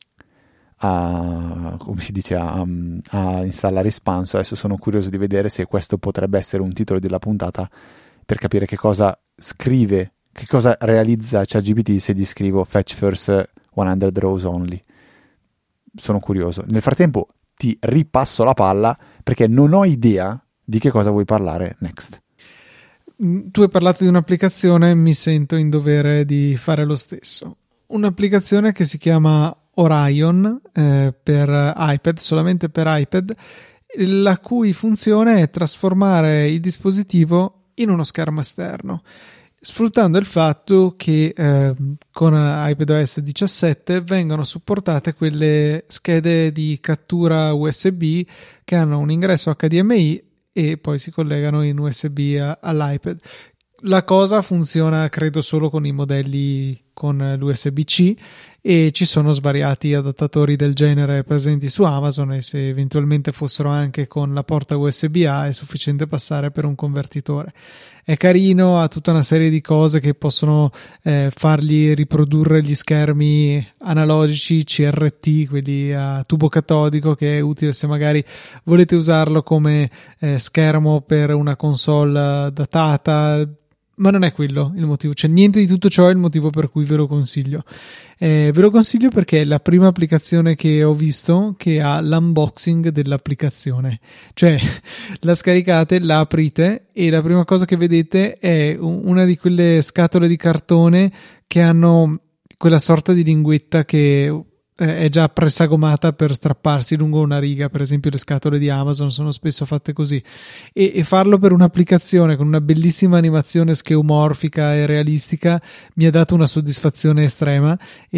come si dice, a installare Spanso. Adesso sono curioso di vedere se questo potrebbe essere un titolo della puntata, per capire che cosa scrive, che cosa realizza ChatGPT se gli scrivo fetch first 100 rows only. Sono curioso. Nel frattempo ti ripasso la palla, perché non ho idea di che cosa vuoi parlare next. Tu hai parlato di un'applicazione, mi sento in dovere di fare lo stesso. Un'applicazione che si chiama Orion per iPad, solamente per iPad, la cui funzione è trasformare il dispositivo in uno schermo esterno, sfruttando il fatto che con iPadOS 17 vengono supportate quelle schede di cattura USB che hanno un ingresso HDMI e poi si collegano in USB all'iPad. La cosa funziona credo solo con i modelli con l'USB-C, e ci sono svariati adattatori del genere presenti su Amazon, e se eventualmente fossero anche con la porta USB-A è sufficiente passare per un convertitore. È carino, ha tutta una serie di cose che possono fargli riprodurre gli schermi analogici CRT, quelli a tubo catodico, che è utile se magari volete usarlo come schermo per una console datata. Ma non è quello il motivo, cioè niente di tutto ciò è il motivo per cui ve lo consiglio. Ve lo consiglio perché è la prima applicazione che ho visto che ha l'unboxing dell'applicazione, cioè la scaricate, la aprite e la prima cosa che vedete è una di quelle scatole di cartone che hanno quella sorta di linguetta che è già presagomata per strapparsi lungo una riga. Per esempio le scatole di Amazon sono spesso fatte così, e farlo per un'applicazione con una bellissima animazione scheomorfica e realistica mi ha dato una soddisfazione estrema,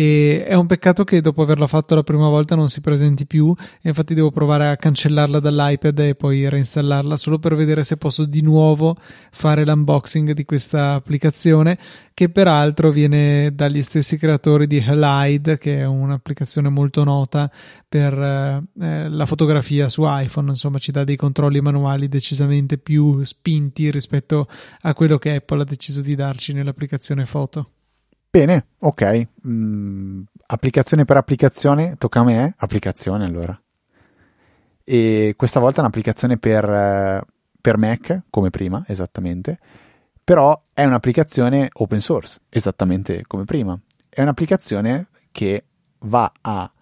e è un peccato che dopo averla fatto la prima volta non si presenti più, e infatti devo provare a cancellarla dall'iPad e poi reinstallarla solo per vedere se posso di nuovo fare l'unboxing di questa applicazione, che peraltro viene dagli stessi creatori di Halide, che è un'applicazione molto nota per la fotografia su iPhone. Insomma, ci dà dei controlli manuali decisamente più spinti rispetto a quello che Apple ha deciso di darci nell'applicazione foto. Bene, ok. Applicazione per applicazione, tocca a me, applicazione allora. E questa volta è un'applicazione per Mac, come prima, esattamente, però è un'applicazione open source, esattamente come prima. È un'applicazione che va a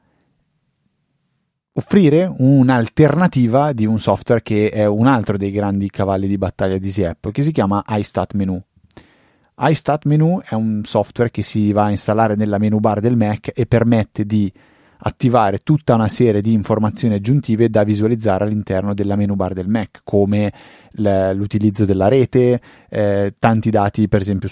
offrire un'alternativa di un software che è un altro dei grandi cavalli di battaglia di Easy Apple, che si chiama iStatMenu. iStatMenu è un software che si va a installare nella menu bar del Mac e permette di attivare tutta una serie di informazioni aggiuntive da visualizzare all'interno della menu bar del Mac, come l'utilizzo della rete, tanti dati per esempio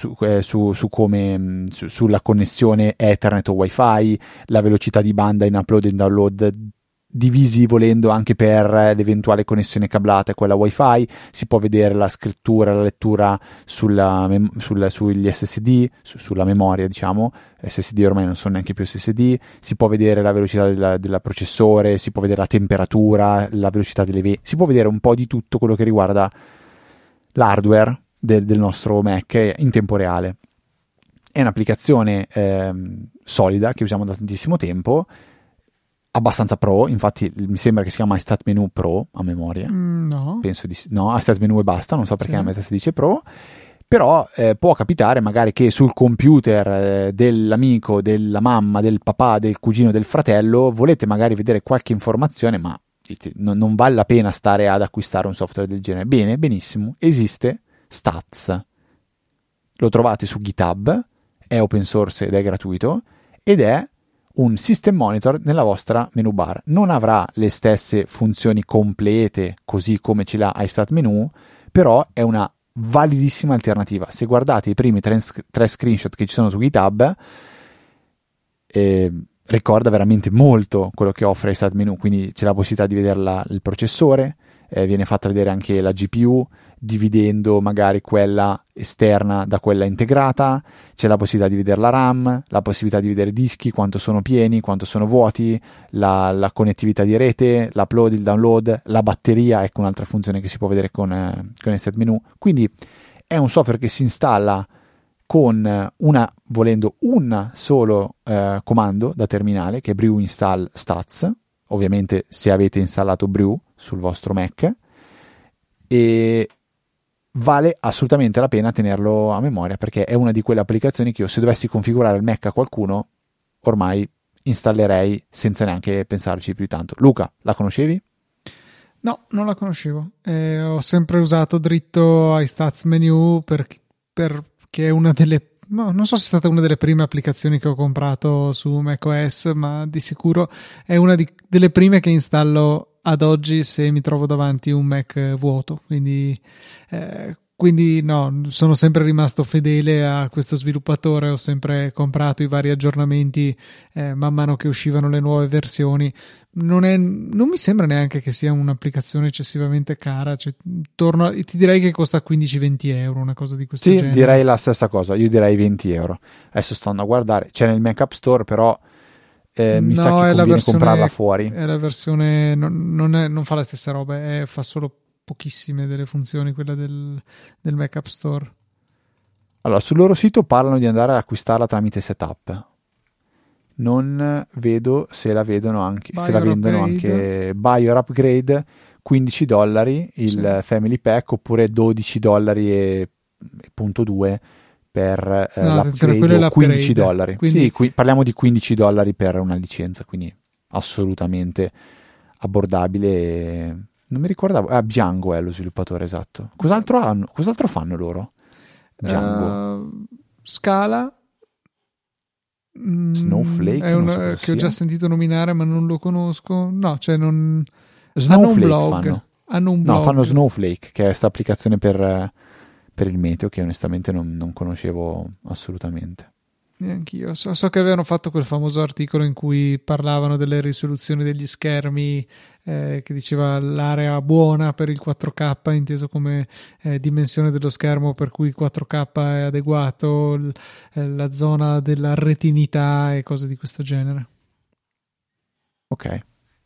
sulla connessione Ethernet o Wi-Fi, la velocità di banda in upload e in download, divisi volendo anche per l'eventuale connessione cablata e quella Wi-Fi. Si può vedere la scrittura, la lettura sugli SSD, sulla memoria, diciamo. SSD ormai non sono neanche più SSD. Si può vedere la velocità del processore, si può vedere la temperatura, la velocità si può vedere un po' di tutto quello che riguarda l'hardware del nostro Mac in tempo reale. È un'applicazione solida che usiamo da tantissimo tempo, abbastanza pro, infatti mi sembra che si chiama iStatMenu Pro a memoria. No. Penso di no, iStatMenu e basta, non so perché la metà si dice Pro. Però può capitare magari che sul computer dell'amico, della mamma, del papà, del cugino, del fratello volete magari vedere qualche informazione, ma non vale la pena stare ad acquistare un software del genere. Bene, benissimo, esiste Stats, lo trovate su GitHub, è open source ed è gratuito, ed è un system monitor nella vostra menu bar. Non avrà le stesse funzioni complete così come ce l'ha iStatMenu, però è una validissima alternativa. Se guardate i primi tre screenshot che ci sono su GitHub, ricorda veramente molto quello che offre iStatMenu, quindi c'è la possibilità di vedere il processore, viene fatta vedere anche la GPU, dividendo magari quella esterna da quella integrata, c'è la possibilità di vedere la RAM, la possibilità di vedere dischi, quanto sono pieni, quanto sono vuoti, la connettività di rete, l'upload, il download, la batteria, ecco un'altra funzione che si può vedere con iStatMenu. Quindi è un software che si installa con volendo un solo comando da terminale, che è brew install stats, ovviamente se avete installato brew sul vostro Mac, e vale assolutamente la pena tenerlo a memoria, perché è una di quelle applicazioni che io, se dovessi configurare il Mac a qualcuno, ormai installerei senza neanche pensarci più tanto. Luca, la conoscevi? No, non la conoscevo. Ho sempre usato dritto iStatsMenu perché è una delle... No, non so se è stata una delle prime applicazioni che ho comprato su macOS, ma di sicuro è una delle prime che installo ad oggi se mi trovo davanti un Mac vuoto. Quindi no, sono sempre rimasto fedele a questo sviluppatore, ho sempre comprato i vari aggiornamenti man mano che uscivano le nuove versioni. Non mi sembra neanche che sia un'applicazione eccessivamente cara, cioè, ti direi che costa 15-20 euro, una cosa di questo genere. Sì, direi la stessa cosa, io direi 20 euro. Adesso sto andando a guardare, c'è nel Mac App Store, però mi sa che conviene comprarla fuori. È la versione, non fa la stessa roba, fa solo pochissime delle funzioni, quella del Mac App Store. Allora, sul loro sito parlano di andare ad acquistarla tramite setup. Non vedo se la vedono anche, se la vendono anche buy or upgrade, $15 il sì. Family Pack, oppure $12.2 per l'upgrade, o $15. Quindi... Sì, parliamo di $15 per una licenza, quindi assolutamente abbordabile. Non mi ricordavo, Django è lo sviluppatore, esatto. Cos'altro fanno loro? Django, Scala, Snowflake, è non so che ho già sentito nominare ma non lo conosco. No, cioè non... Snowflake hanno un blog. Fanno Snowflake, che è questa applicazione per il meteo, che onestamente non conoscevo assolutamente. Neanch'io. So che avevano fatto quel famoso articolo in cui parlavano delle risoluzioni degli schermi, che diceva l'area buona per il 4K, inteso come dimensione dello schermo per cui il 4K è adeguato, la zona della retinità e cose di questo genere. Ok,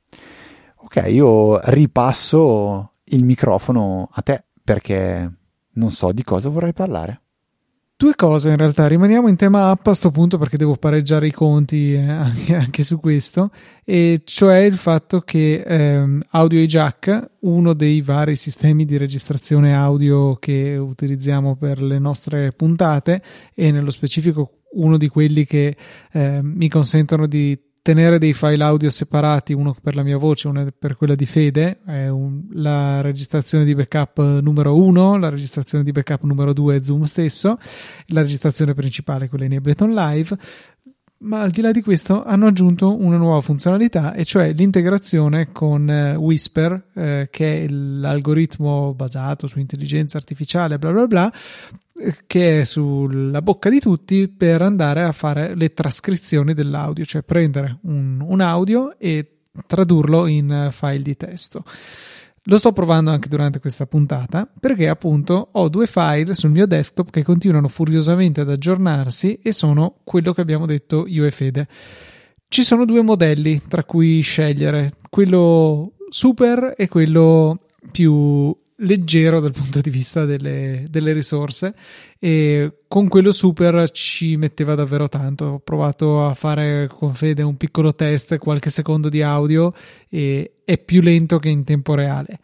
io ripasso il microfono a te, perché non so di cosa vorrei parlare. Due cose in realtà, rimaniamo in tema app a sto punto perché devo pareggiare i conti anche su questo, e cioè il fatto che Audio Jack, uno dei vari sistemi di registrazione audio che utilizziamo per le nostre puntate, e nello specifico uno di quelli che mi consentono di tenere dei file audio separati, uno per la mia voce, uno per quella di Fede, la registrazione di backup numero 1, la registrazione di backup numero 2 è Zoom stesso, la registrazione principale, quella in Ableton Live. Ma al di là di questo hanno aggiunto una nuova funzionalità, e cioè l'integrazione con Whisper, che è l'algoritmo basato su intelligenza artificiale bla bla bla, che è sulla bocca di tutti per andare a fare le trascrizioni dell'audio, cioè prendere un audio e tradurlo in file di testo. Lo sto provando anche durante questa puntata perché appunto ho due file sul mio desktop che continuano furiosamente ad aggiornarsi e sono quello che abbiamo detto io e Fede. Ci sono due modelli tra cui scegliere, quello super e quello più leggero dal punto di vista delle risorse, e con quello super ci metteva davvero tanto. Ho provato a fare con Fede un piccolo test, qualche secondo di audio, e è più lento che in tempo reale.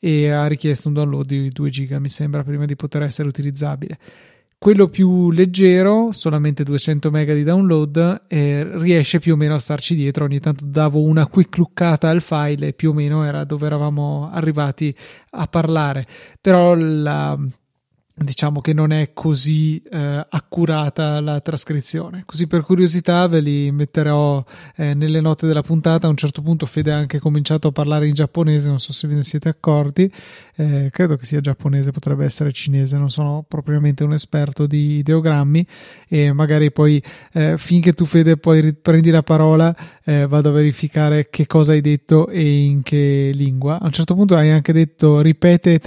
e ha richiesto un download di 2 giga, mi sembra, prima di poter essere utilizzabile. Quello più leggero, solamente 200 mega di download, riesce più o meno a starci dietro. Ogni tanto davo una quick lookata al file e più o meno era dove eravamo arrivati a parlare. Però diciamo che non è così accurata la trascrizione. Così per curiosità ve li metterò nelle note della puntata. A un certo punto Fede ha anche cominciato a parlare in giapponese, non so se ve ne siete accorti. Credo che sia giapponese, potrebbe essere cinese, non sono propriamente un esperto di ideogrammi, e magari poi finché tu, Fede, poi riprendi la parola, vado a verificare che cosa hai detto e in che lingua. A un certo punto hai anche detto ripete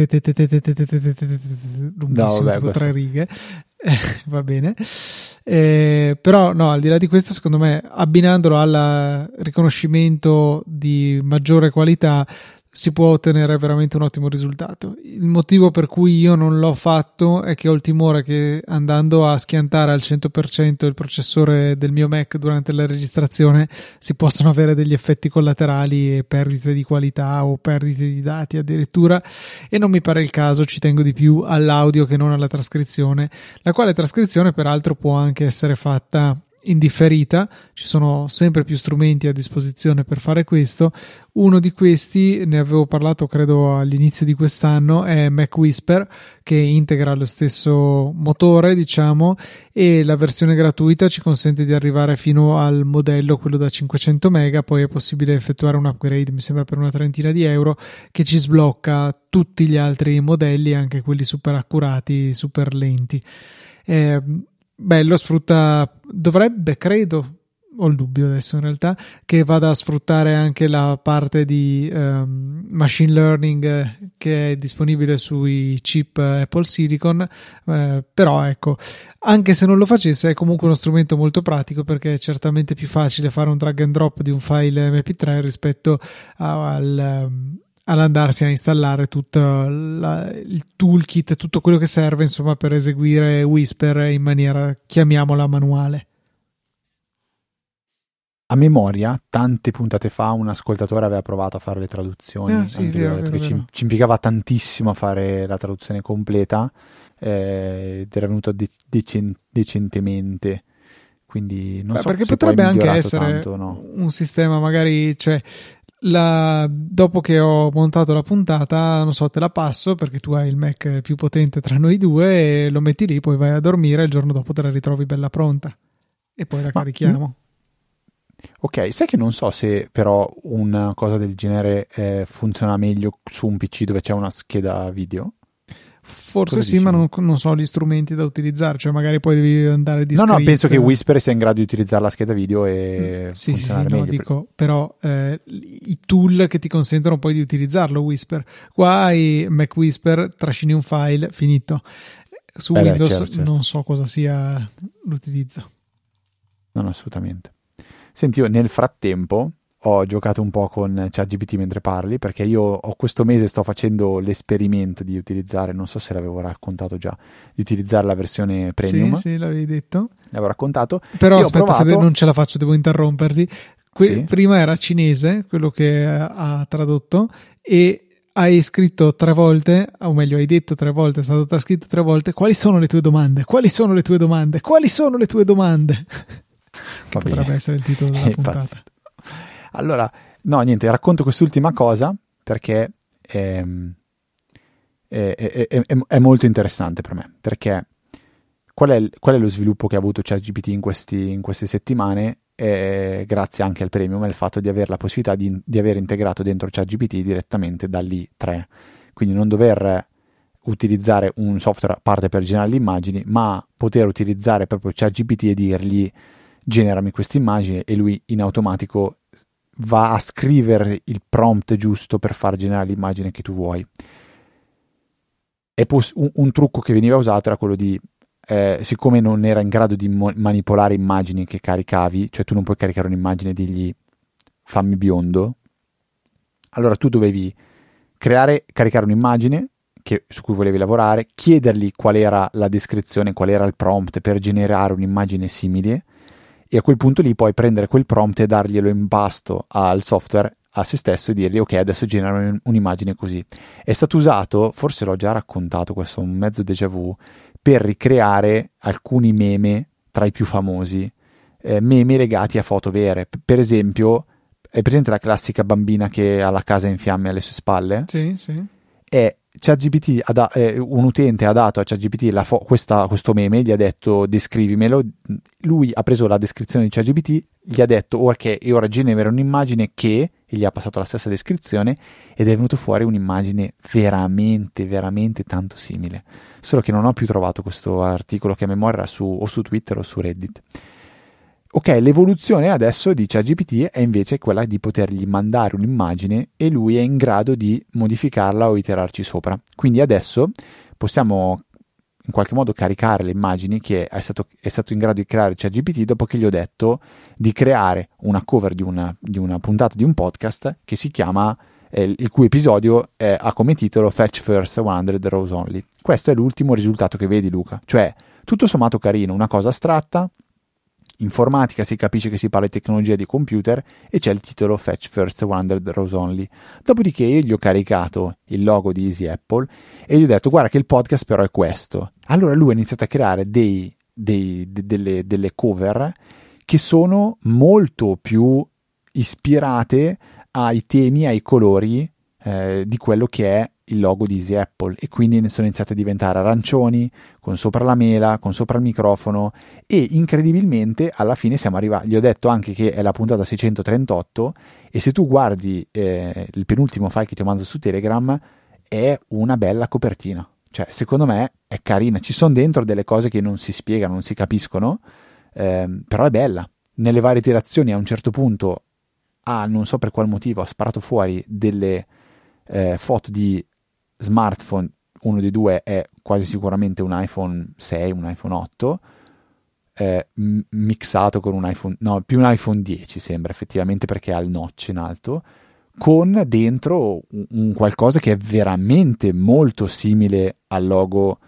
lunghissimo, tipo 3 righe. Va bene, però no, al di là di questo, secondo me, abbinandolo al riconoscimento di maggiore qualità, si può ottenere veramente un ottimo risultato. Il motivo per cui io non l'ho fatto è che ho il timore che, andando a schiantare al 100% il processore del mio Mac durante la registrazione, si possano avere degli effetti collaterali e perdite di qualità o perdite di dati addirittura, e non mi pare il caso. Ci tengo di più all'audio che non alla trascrizione, la quale trascrizione peraltro può anche essere fatta in differita. Ci sono sempre più strumenti a disposizione per fare questo. Uno di questi, ne avevo parlato credo all'inizio di quest'anno, è Mac Whisper, che integra lo stesso motore, diciamo, e la versione gratuita ci consente di arrivare fino al modello, quello da 500 mega. Poi è possibile effettuare un upgrade, mi sembra per una trentina di euro, che ci sblocca tutti gli altri modelli, anche quelli super accurati, super lenti. Bello, sfrutta, dovrebbe, credo, ho il dubbio adesso in realtà, che vada a sfruttare anche la parte di machine learning che è disponibile sui chip Apple Silicon, però ecco, anche se non lo facesse, è comunque uno strumento molto pratico, perché è certamente più facile fare un drag and drop di un file MP3 rispetto all'andarsi a installare tutto il toolkit, tutto quello che serve, insomma, per eseguire Whisper in maniera, chiamiamola, manuale. A memoria, tante puntate fa, un ascoltatore aveva provato a fare le traduzioni, Sì, vero. ci impiegava tantissimo a fare la traduzione completa, ed era venuto decentemente. Quindi non so, perché se potrebbe poi anche essere tanto, no? un sistema, magari, cioè, dopo che ho montato la puntata, non so, te la passo perché tu hai il Mac più potente tra noi due, e lo metti lì, poi vai a dormire, il giorno dopo te la ritrovi bella pronta e poi la carichiamo. Ok, sai che non so se però una cosa del genere funziona meglio su un PC dove c'è una scheda video? Forse sì, ma non so gli strumenti da utilizzare, cioè magari poi devi andare di script. No, penso che Whisper sia in grado di utilizzare la scheda video e sì, meglio. No, dico, però i tool che ti consentono poi di utilizzarlo Whisper. Qua hai Mac Whisper, trascini un file, finito. Su Windows certo. Non so cosa sia l'utilizzo. Non assolutamente. Senti, io nel frattempo ho giocato un po' con ChatGPT mentre parli, perché io questo mese sto facendo l'esperimento di utilizzare, non so se l'avevo raccontato già, di utilizzare la versione premium. Sì, l'avevi detto. L'avevo raccontato. Però io aspetta, Fede, non ce la faccio, devo interromperti. Sì? Prima era cinese, quello che ha tradotto, e hai scritto 3 volte, o meglio hai detto 3 volte, è stato trascritto 3 volte: quali sono le tue domande? Quali sono le tue domande? Quali sono le tue domande? Che potrebbe essere il titolo della puntata. Allora, no, niente, racconto quest'ultima cosa perché è molto interessante per me, perché qual è lo sviluppo che ha avuto ChatGPT in queste settimane, grazie anche al premium, è il fatto di avere la possibilità di aver integrato dentro ChatGPT direttamente dall'i3, quindi non dover utilizzare un software a parte per generare le immagini, ma poter utilizzare proprio ChatGPT e dirgli: generami questa immagine, e lui in automatico va a scrivere il prompt giusto per far generare l'immagine che tu vuoi. Un trucco che veniva usato era quello di, siccome non era in grado di manipolare immagini che caricavi, cioè tu non puoi caricare un'immagine e dirgli fammi biondo, allora tu dovevi caricare un'immagine su cui volevi lavorare, chiedergli qual era la descrizione, qual era il prompt per generare un'immagine simile, e a quel punto lì puoi prendere quel prompt e darglielo in pasto al software a se stesso e dirgli ok, adesso genera un'immagine così. È stato usato, forse l'ho già raccontato, questo è un mezzo déjà vu, per ricreare alcuni meme tra i più famosi, meme legati a foto vere. Per esempio, è presente la classica bambina che ha la casa in fiamme alle sue spalle? Sì, sì. E ChatGPT un utente ha dato a ChatGPT questo meme, gli ha detto descrivimelo, lui ha preso la descrizione di ChatGPT, gli ha detto ok, e ora genera un'immagine che, e gli ha passato la stessa descrizione ed è venuto fuori un'immagine veramente, veramente tanto simile, solo che non ho più trovato questo articolo che a memoria era o su Twitter o su Reddit. Ok, l'evoluzione adesso di ChatGPT è invece quella di potergli mandare un'immagine e lui è in grado di modificarla o iterarci sopra. Quindi adesso possiamo in qualche modo caricare le immagini che è stato in grado di creare ChatGPT dopo che gli ho detto di creare una cover di una puntata di un podcast che si chiama, il cui episodio ha come titolo Fetch First 100 Rows Only. Questo è l'ultimo risultato che vedi, Luca. Cioè, tutto sommato carino, una cosa astratta, informatica, si capisce che si parla di tecnologia di computer e c'è il titolo Fetch First 100 Rows Only. Dopodiché io gli ho caricato il logo di Easy Apple e gli ho detto guarda che il podcast però è questo. Allora lui ha iniziato a creare delle cover che sono molto più ispirate ai temi, ai colori di quello che è il logo di Easy Apple, e quindi ne sono iniziate a diventare arancioni, con sopra la mela, con sopra il microfono, e incredibilmente alla fine siamo arrivati. Gli ho detto anche che è la puntata 638 e se tu guardi il penultimo file che ti ho mandato su Telegram è una bella copertina, cioè secondo me è carina, ci sono dentro delle cose che non si spiegano, non si capiscono, però è bella. Nelle varie iterazioni a un certo punto non so per qual motivo ha sparato fuori delle foto di smartphone, uno dei due è quasi sicuramente un iPhone 6, un iPhone 8 mixato con un iPhone, no, più un iPhone 10 sembra effettivamente, perché ha il notch in alto, con dentro un qualcosa che è veramente molto simile al logo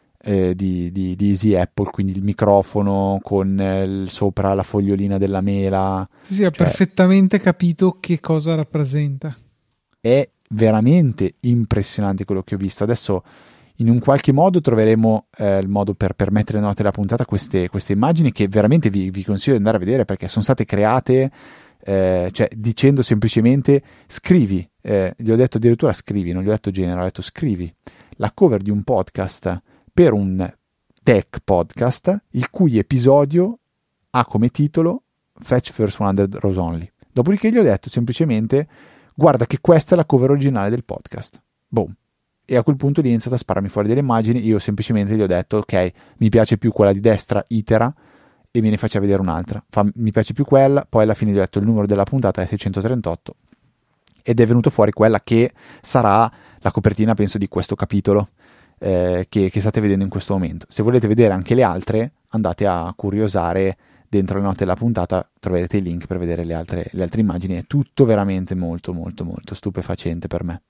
di Easy Apple, quindi il microfono con sopra la fogliolina della mela. Sì, ha perfettamente capito che cosa rappresenta. È veramente impressionante quello che ho visto. Adesso in un qualche modo troveremo il modo per mettere note alla puntata queste immagini che veramente vi consiglio di andare a vedere, perché sono state create cioè dicendo semplicemente scrivi, gli ho detto addirittura scrivi, non gli ho detto genere, ho detto scrivi la cover di un podcast per un tech podcast il cui episodio ha come titolo Fetch First 100 Rows Only. Dopodiché gli ho detto semplicemente guarda che questa è la cover originale del podcast. Boom. E a quel punto lì è iniziato a spararmi fuori delle immagini. Io semplicemente gli ho detto ok, mi piace più quella di destra, itera, e me ne faccia vedere un'altra. Mi piace più quella. Poi alla fine gli ho detto il numero della puntata è 638 ed è venuto fuori quella che sarà la copertina, penso, di questo capitolo che state vedendo in questo momento. Se volete vedere anche le altre, andate a curiosare dentro le note della puntata, troverete i link per vedere le altre immagini. È tutto veramente molto molto molto stupefacente per me.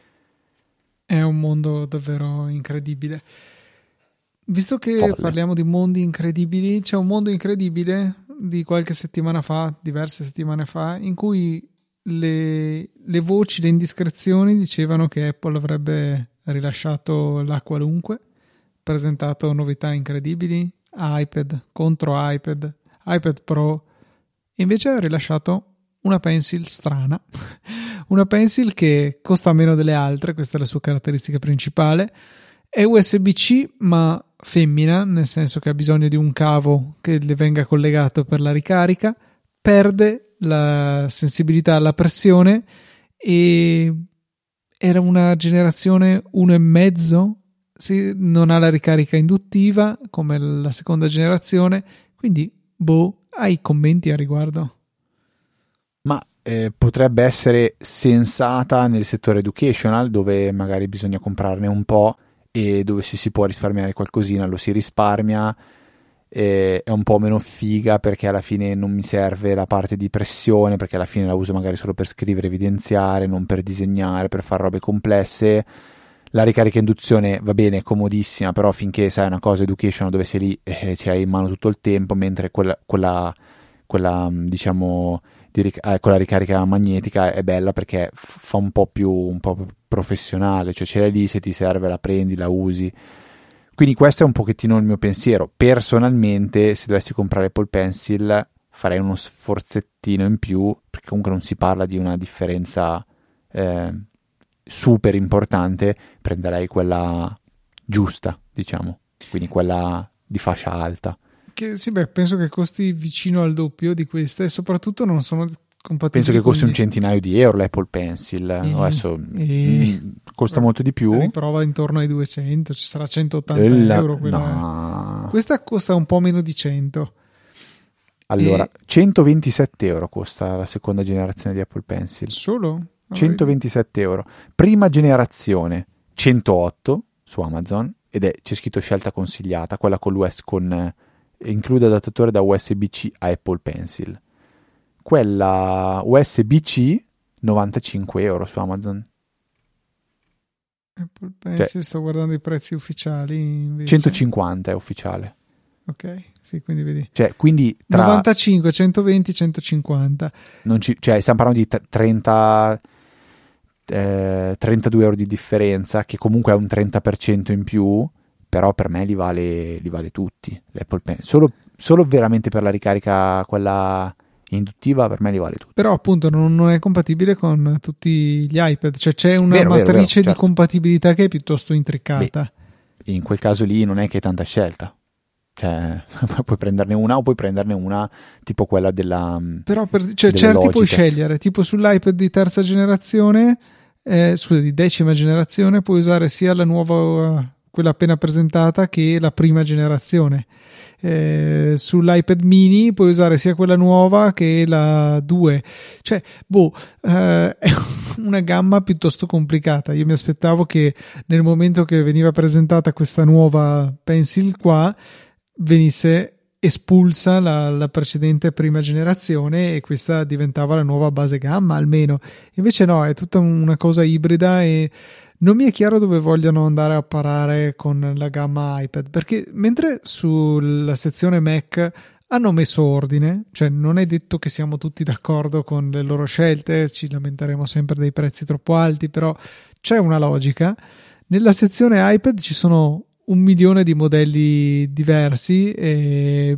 È un mondo davvero incredibile. Visto che Folle. Parliamo di mondi incredibili, c'è un mondo incredibile di qualche settimana fa, diverse settimane fa, in cui le voci, le indiscrezioni dicevano che Apple avrebbe rilasciato la qualunque, presentato novità incredibili, iPad contro iPad, iPad Pro, e invece ha rilasciato una pencil strana, una pencil che costa meno delle altre, questa è la sua caratteristica principale, è USB-C ma femmina, nel senso che ha bisogno di un cavo che le venga collegato per la ricarica, perde la sensibilità alla pressione e era una generazione 1,5, non ha la ricarica induttiva come la seconda generazione, quindi hai commenti a riguardo? Ma potrebbe essere sensata nel settore educational, dove magari bisogna comprarne un po' e dove si può risparmiare qualcosina, lo si risparmia, è un po' meno figa perché alla fine non mi serve la parte di pressione, perché alla fine la uso magari solo per scrivere, evidenziare, non per disegnare, per fare robe complesse. La ricarica induzione va bene, è comodissima, però finché sai una cosa educational dove sei lì ci hai in mano tutto il tempo, mentre quella quella diciamo con la ricarica magnetica è bella perché fa un po' più professionale, cioè ce l'hai lì, se ti serve la prendi, la usi. Quindi questo è un pochettino il mio pensiero. Personalmente, se dovessi comprare Apple Pencil, farei uno sforzettino in più, perché comunque non si parla di una differenza super importante. Prenderei quella giusta, diciamo, quindi quella di fascia alta. Che sì, penso che costi vicino al doppio di questa, e soprattutto non sono compatibili. Penso che costi un centinaio di euro l'Apple Pencil. Adesso costa molto di più. Riprova intorno ai 200, ci sarà 180 euro. No. Questa costa un po' meno di 100. Allora, 127 euro costa la seconda generazione di Apple Pencil. Solo? 127 euro. Prima generazione 108 su Amazon, c'è scritto scelta consigliata, quella con l'US include adattatore da USB-C a Apple Pencil. Quella USB-C 95 euro su Amazon. Apple Pencil, sto guardando i prezzi ufficiali invece. 150 è ufficiale. Ok, sì, quindi vedi. Quindi tra 95, 120, 150. Stiamo parlando di 32 euro di differenza, che comunque è un 30% in più, però per me li vale tutti l'Apple Pencil. Solo veramente per la ricarica quella induttiva, per me li vale tutti. Però appunto non è compatibile con tutti gli iPad, cioè c'è una matrice di compatibilità che è piuttosto intricata. In quel caso lì non è che hai tanta scelta. Puoi prenderne una o puoi prenderne una tipo quella della però certi Logitech. Puoi scegliere, tipo sull'iPad di terza generazione, di decima generazione, puoi usare sia la nuova, quella appena presentata, che la prima generazione. Sull'iPad mini puoi usare sia quella nuova che la 2. È una gamma piuttosto complicata. Io mi aspettavo che nel momento che veniva presentata questa nuova Pencil qua venisse espulsa la precedente prima generazione e questa diventava la nuova base gamma, almeno. Invece no, è tutta una cosa ibrida e non mi è chiaro dove vogliono andare a parare con la gamma iPad, perché mentre sulla sezione Mac hanno messo ordine, cioè non è detto che siamo tutti d'accordo con le loro scelte, ci lamenteremo sempre dei prezzi troppo alti, però c'è una logica. Nella sezione iPad ci sono 1 milione di modelli diversi e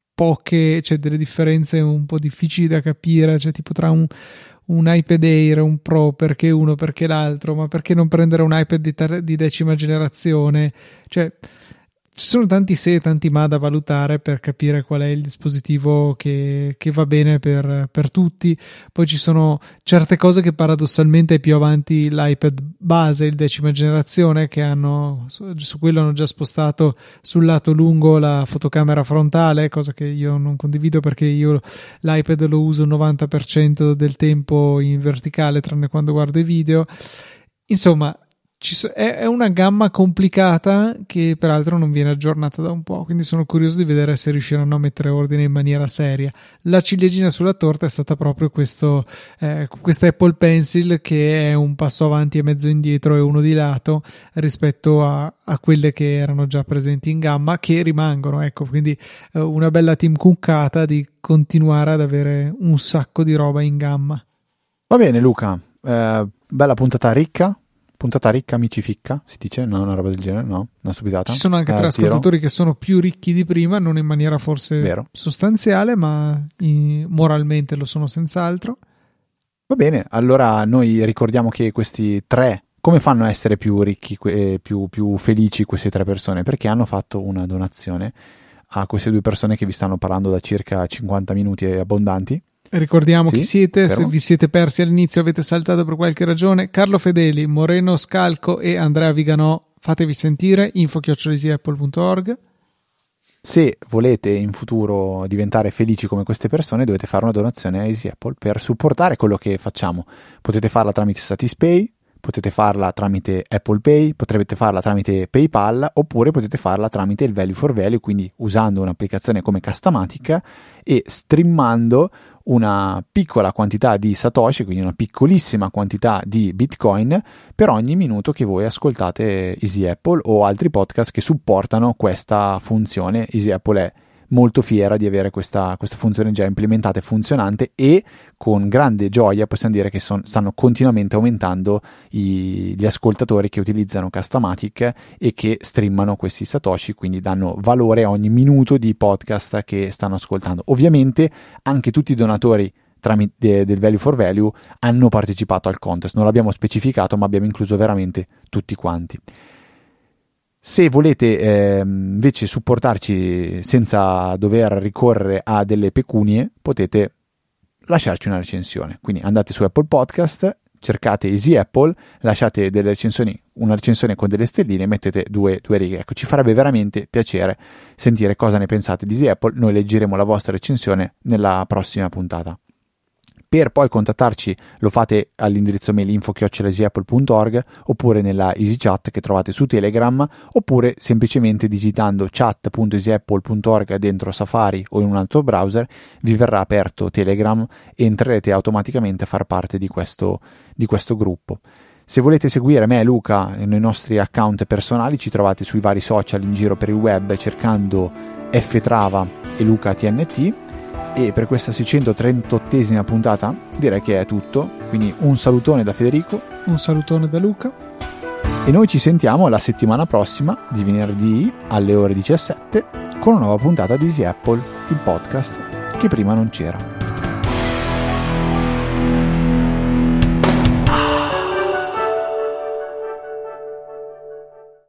c'è delle differenze un po' difficili da capire, cioè tipo tra un iPad Air e un Pro, perché uno, perché l'altro, ma perché non prendere un iPad di decima generazione? Cioè ci sono tanti se e tanti ma da valutare per capire qual è il dispositivo che va bene per tutti. Poi ci sono certe cose che paradossalmente è più avanti l'iPad base, il decima generazione, che su quello hanno già spostato sul lato lungo la fotocamera frontale, cosa che io non condivido perché io l'iPad lo uso il 90% del tempo in verticale, tranne quando guardo i video. Insomma, è una gamma complicata che peraltro non viene aggiornata da un po', quindi sono curioso di vedere se riusciranno a mettere ordine in maniera seria. La ciliegina sulla torta è stata proprio questa Apple Pencil, che è un passo avanti e mezzo indietro e uno di lato rispetto a quelle che erano già presenti in gamma, che rimangono, ecco, quindi una bella Tim Cookata di continuare ad avere un sacco di roba in gamma. Va bene Luca, bella puntata ricca, amici ficca, si dice? No, una roba del genere, no? Una stupidata. Ci sono anche 3 ascoltatori che sono più ricchi di prima, non in maniera forse sostanziale, ma moralmente lo sono senz'altro. Va bene, allora noi ricordiamo che questi 3, come fanno a essere più ricchi e più felici queste 3 persone? Perché hanno fatto una donazione a queste 2 persone che vi stanno parlando da circa 50 minuti abbondanti. Ricordiamo chi siete, se vi siete persi all'inizio, avete saltato per qualche ragione: Carlo Fedeli, Moreno Scalco e Andrea Viganò. Fatevi sentire, info@easyapple.org. Se volete in futuro diventare felici come queste persone, dovete fare una donazione a Easy Apple per supportare quello che facciamo. Potete farla tramite Satispay, potete farla tramite Apple Pay, potrete farla tramite PayPal, oppure potete farla tramite il Value for Value, quindi usando un'applicazione come Castamatic e streamando una piccola quantità di Satoshi, quindi una piccolissima quantità di Bitcoin per ogni minuto che voi ascoltate Easy Apple o altri podcast che supportano questa funzione. Easy Apple è molto fiera di avere questa funzione già implementata e funzionante, e con grande gioia possiamo dire che stanno continuamente aumentando gli ascoltatori che utilizzano Castamatic e che streamano questi Satoshi, quindi danno valore a ogni minuto di podcast che stanno ascoltando. Ovviamente anche tutti i donatori tramite del Value for Value hanno partecipato al contest, non l'abbiamo specificato ma abbiamo incluso veramente tutti quanti. Se volete invece supportarci senza dover ricorrere a delle pecunie, potete lasciarci una recensione, quindi andate su Apple Podcast, cercate Easy Apple, lasciate delle recensioni, una recensione con delle stelline, mettete due righe. Ecco, ci farebbe veramente piacere sentire cosa ne pensate di Easy Apple. Noi leggeremo la vostra recensione nella prossima puntata. Per poi contattarci lo fate all'indirizzo mail info@easyapple.org, oppure nella EasyChat che trovate su Telegram, oppure semplicemente digitando chat.easyapple.org dentro Safari o in un altro browser vi verrà aperto Telegram e entrerete automaticamente a far parte di questo gruppo. Se volete seguire me e Luca nei nostri account personali, ci trovate sui vari social in giro per il web cercando ftrava e Luca TNT. E per questa 638esima puntata direi che è tutto, quindi un salutone da Federico, un salutone da Luca, e noi ci sentiamo la settimana prossima di venerdì alle ore 17 con una nuova puntata di Easy Apple, il podcast che prima non c'era.